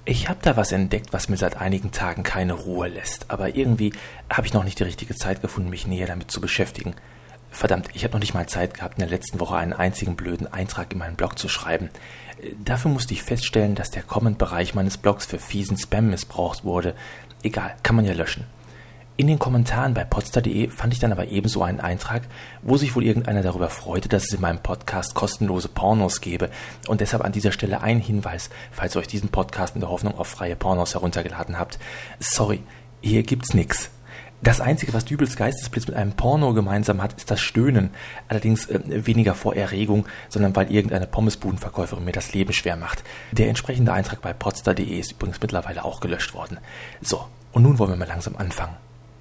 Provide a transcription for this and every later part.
Ich habe da was entdeckt, was mir seit einigen Tagen keine Ruhe lässt, aber irgendwie habe ich noch nicht die richtige Zeit gefunden, mich näher damit zu beschäftigen. Verdammt, ich habe noch nicht mal Zeit gehabt, in der letzten Woche einen einzigen blöden Eintrag in meinen Blog zu schreiben. Dafür musste ich feststellen, dass der Comment-Bereich meines Blogs für fiesen Spam missbraucht wurde. Egal, kann man ja löschen. In den Kommentaren bei podster.de fand ich dann aber ebenso einen Eintrag, wo sich wohl irgendeiner darüber freute, dass es in meinem Podcast kostenlose Pornos gebe. Und deshalb an dieser Stelle ein Hinweis, falls ihr euch diesen Podcast in der Hoffnung auf freie Pornos heruntergeladen habt. Sorry, hier gibt's nix. Das Einzige, was Dübels Geistesblitz mit einem Porno gemeinsam hat, ist das Stöhnen. Allerdings weniger vor Erregung, sondern weil irgendeine Pommesbudenverkäuferin mir das Leben schwer macht. Der entsprechende Eintrag bei podster.de ist übrigens mittlerweile auch gelöscht worden. So, und nun wollen wir mal langsam anfangen.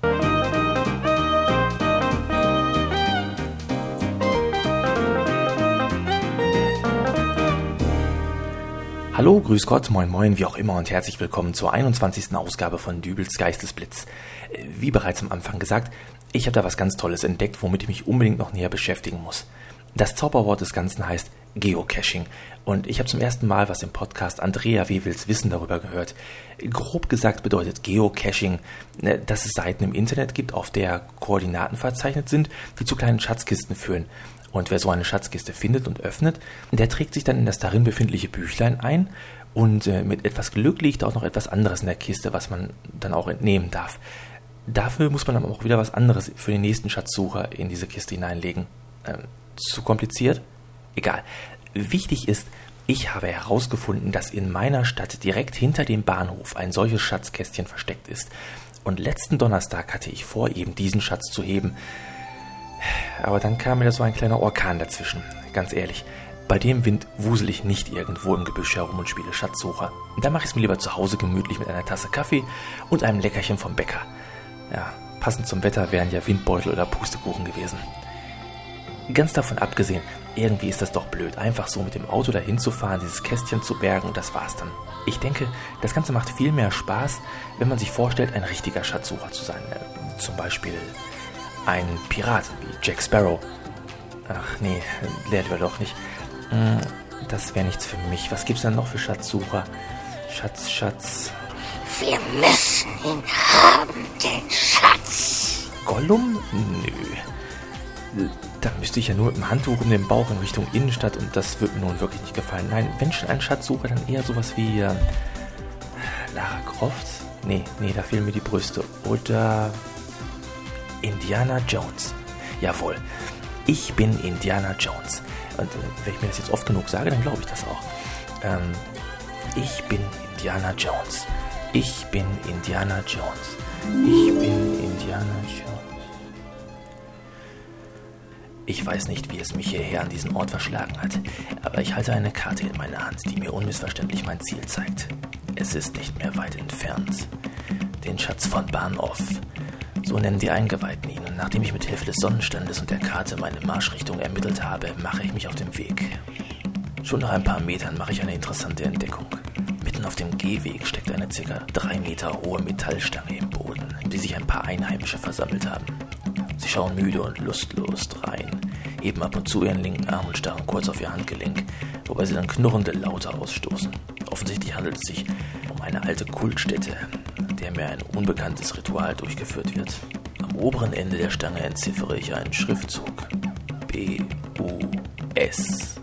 Hallo, grüß Gott, moin moin, wie auch immer und herzlich willkommen zur 21. Ausgabe von Dübels Geistesblitz. Wie bereits am Anfang gesagt, ich habe da was ganz Tolles entdeckt, womit ich mich unbedingt noch näher beschäftigen muss. Das Zauberwort des Ganzen heißt Geocaching und ich habe zum ersten Mal was im Podcast Andrea Wewels Wissen darüber gehört. Grob gesagt bedeutet Geocaching, dass es Seiten im Internet gibt, auf der Koordinaten verzeichnet sind, die zu kleinen Schatzkisten führen. Und wer so eine Schatzkiste findet und öffnet, der trägt sich dann in das darin befindliche Büchlein ein und mit etwas Glück liegt auch noch etwas anderes in der Kiste, was man dann auch entnehmen darf. Dafür muss man aber auch wieder was anderes für den nächsten Schatzsucher in diese Kiste hineinlegen. Zu kompliziert? Egal. Wichtig ist, ich habe herausgefunden, dass in meiner Stadt direkt hinter dem Bahnhof ein solches Schatzkästchen versteckt ist. Und letzten Donnerstag hatte ich vor, eben diesen Schatz zu heben. Aber dann kam mir da so ein kleiner Orkan dazwischen, ganz ehrlich. Bei dem Wind wusel ich nicht irgendwo im Gebüsch herum und spiele Schatzsucher. Da mache ich es mir lieber zu Hause gemütlich mit einer Tasse Kaffee und einem Leckerchen vom Bäcker. Ja, passend zum Wetter wären ja Windbeutel oder Pustekuchen gewesen. Ganz davon abgesehen, irgendwie ist das doch blöd, einfach so mit dem Auto dahin zu fahren, dieses Kästchen zu bergen und das war's dann. Ich denke, das Ganze macht viel mehr Spaß, wenn man sich vorstellt, ein richtiger Schatzsucher zu sein. Zum Beispiel ein Pirat wie Jack Sparrow. Ach nee, lehrt wir doch nicht. Das wäre nichts für mich. Was gibt's denn noch für Schatzsucher? Schatz. Wir müssen ihn haben, den Schatz. Gollum? Nö. Da müsste ich ja nur mit dem Handtuch um den Bauch in Richtung Innenstadt und das wird mir nun wirklich nicht gefallen. Nein, wenn schon ein Schatzsucher, dann eher sowas wie Lara Croft? Nee, da fehlen mir die Brüste. Oder Indiana Jones. Jawohl, ich bin Indiana Jones. Und wenn ich mir das jetzt oft genug sage, dann glaube ich das auch. Ich bin Indiana Jones. Ich bin Indiana Jones. Ich bin Indiana Jones. Ich weiß nicht, wie es mich hierher an diesen Ort verschlagen hat, aber ich halte eine Karte in meiner Hand, die mir unmissverständlich mein Ziel zeigt. Es ist nicht mehr weit entfernt. Den Schatz von Bahnhof. So nennen die Eingeweihten ihn, und nachdem ich mit Hilfe des Sonnenstandes und der Karte meine Marschrichtung ermittelt habe, mache ich mich auf den Weg. Schon nach ein paar Metern mache ich eine interessante Entdeckung. Mitten auf dem Gehweg steckt eine ca. 3 Meter hohe Metallstange im Boden, in die sich ein paar Einheimische versammelt haben. Sie schauen müde und lustlos drein, heben ab und zu ihren linken Arm und starren kurz auf ihr Handgelenk, wobei sie dann knurrende Laute ausstoßen. Offensichtlich handelt es sich um eine alte Kultstätte, an der mir ein unbekanntes Ritual durchgeführt wird. Am oberen Ende der Stange entziffere ich einen Schriftzug. B-U-S.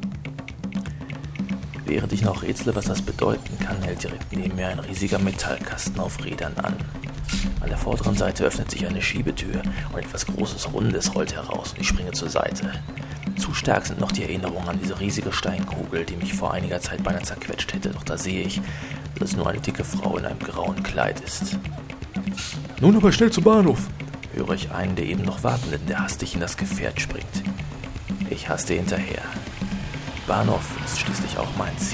Während ich noch rätsle, was das bedeuten kann, hält direkt neben mir ein riesiger Metallkasten auf Rädern an. An der vorderen Seite öffnet sich eine Schiebetür und etwas Großes, Rundes rollt heraus und ich springe zur Seite. Zu stark sind noch die Erinnerungen an diese riesige Steinkugel, die mich vor einiger Zeit beinahe zerquetscht hätte, doch da sehe ich, dass es nur eine dicke Frau in einem grauen Kleid ist. Nun aber schnell zum Bahnhof, höre ich einen der eben noch Wartenden, der hastig in das Gefährt springt. Ich haste hinterher. Bahnhof ist schließlich auch mein Ziel.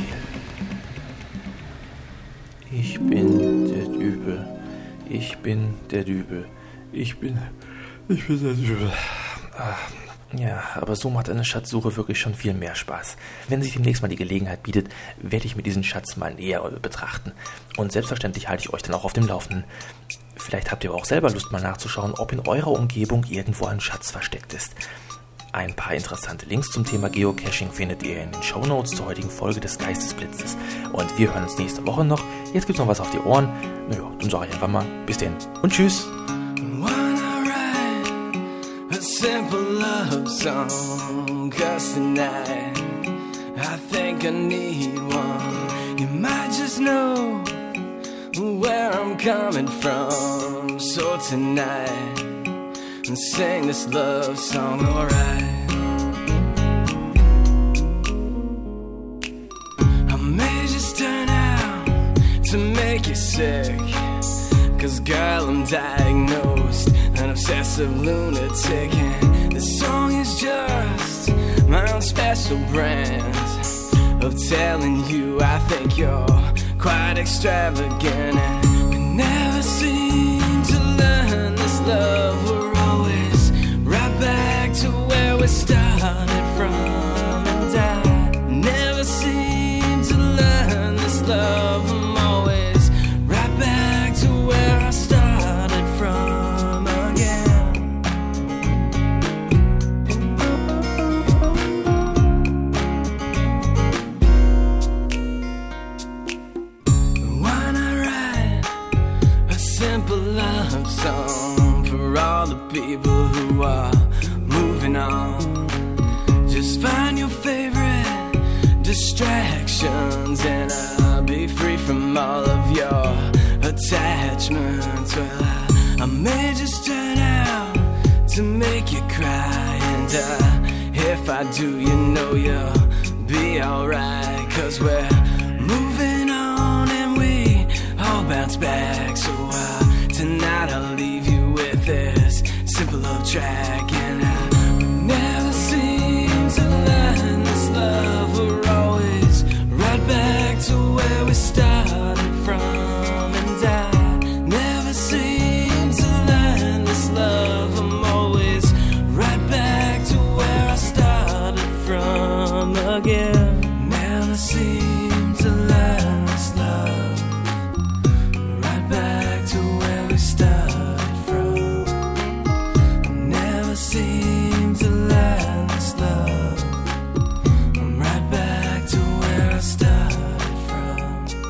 Ich bin der Dübel. Ich bin der Dübel. Ich bin der Dübel. Ja, aber so macht eine Schatzsuche wirklich schon viel mehr Spaß. Wenn sich demnächst mal die Gelegenheit bietet, werde ich mir diesen Schatz mal näher betrachten. Und selbstverständlich halte ich euch dann auch auf dem Laufenden. Vielleicht habt ihr aber auch selber Lust, mal nachzuschauen, ob in eurer Umgebung irgendwo ein Schatz versteckt ist. Ein paar interessante Links zum Thema Geocaching findet ihr in den Shownotes zur heutigen Folge des Geistesblitzes. Und wir hören uns nächste Woche noch. Jetzt gibt's noch was auf die Ohren. Naja, dann sage ich einfach mal bis denn und tschüss. Simple love song, 'cause tonight I think I need one. You might just know where I'm coming from. So tonight, sing this love song, alright. I may just turn out to make you sick, 'cause girl, I'm diagnosed an obsessive lunatic, and this song is just my own special brand of telling you I think you're quite extravagant. And we never seem to learn this love. We're always right back to where we started from, and I never seem to learn this love. I'm always right back to where I started from again. Why not write a simple love song for all the people who are moving on? Just find your favorite distractions and I'll be free from all of your attachments. Well, I may just turn out to make you cry, and if I do, you know you'll be alright, 'cause we're moving on and we all bounce back. So tonight I'll leave you with this simple love track, and I never seem to learn this love. We're always right back to where we started from, and I never seem to learn this love. I'm always right back to where I started from again. Never seem to learn this love. Right back to where we started from. Never seem to learn this love. I'm right back to where I started from.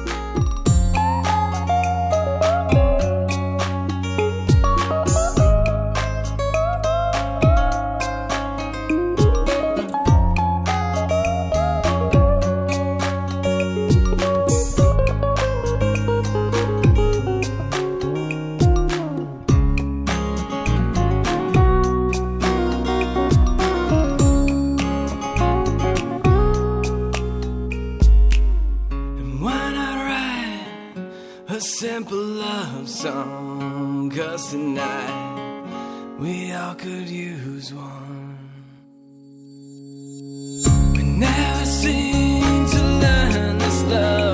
And why not write a simple love song? 'Cause tonight we all could use one. We never seem to learn this love.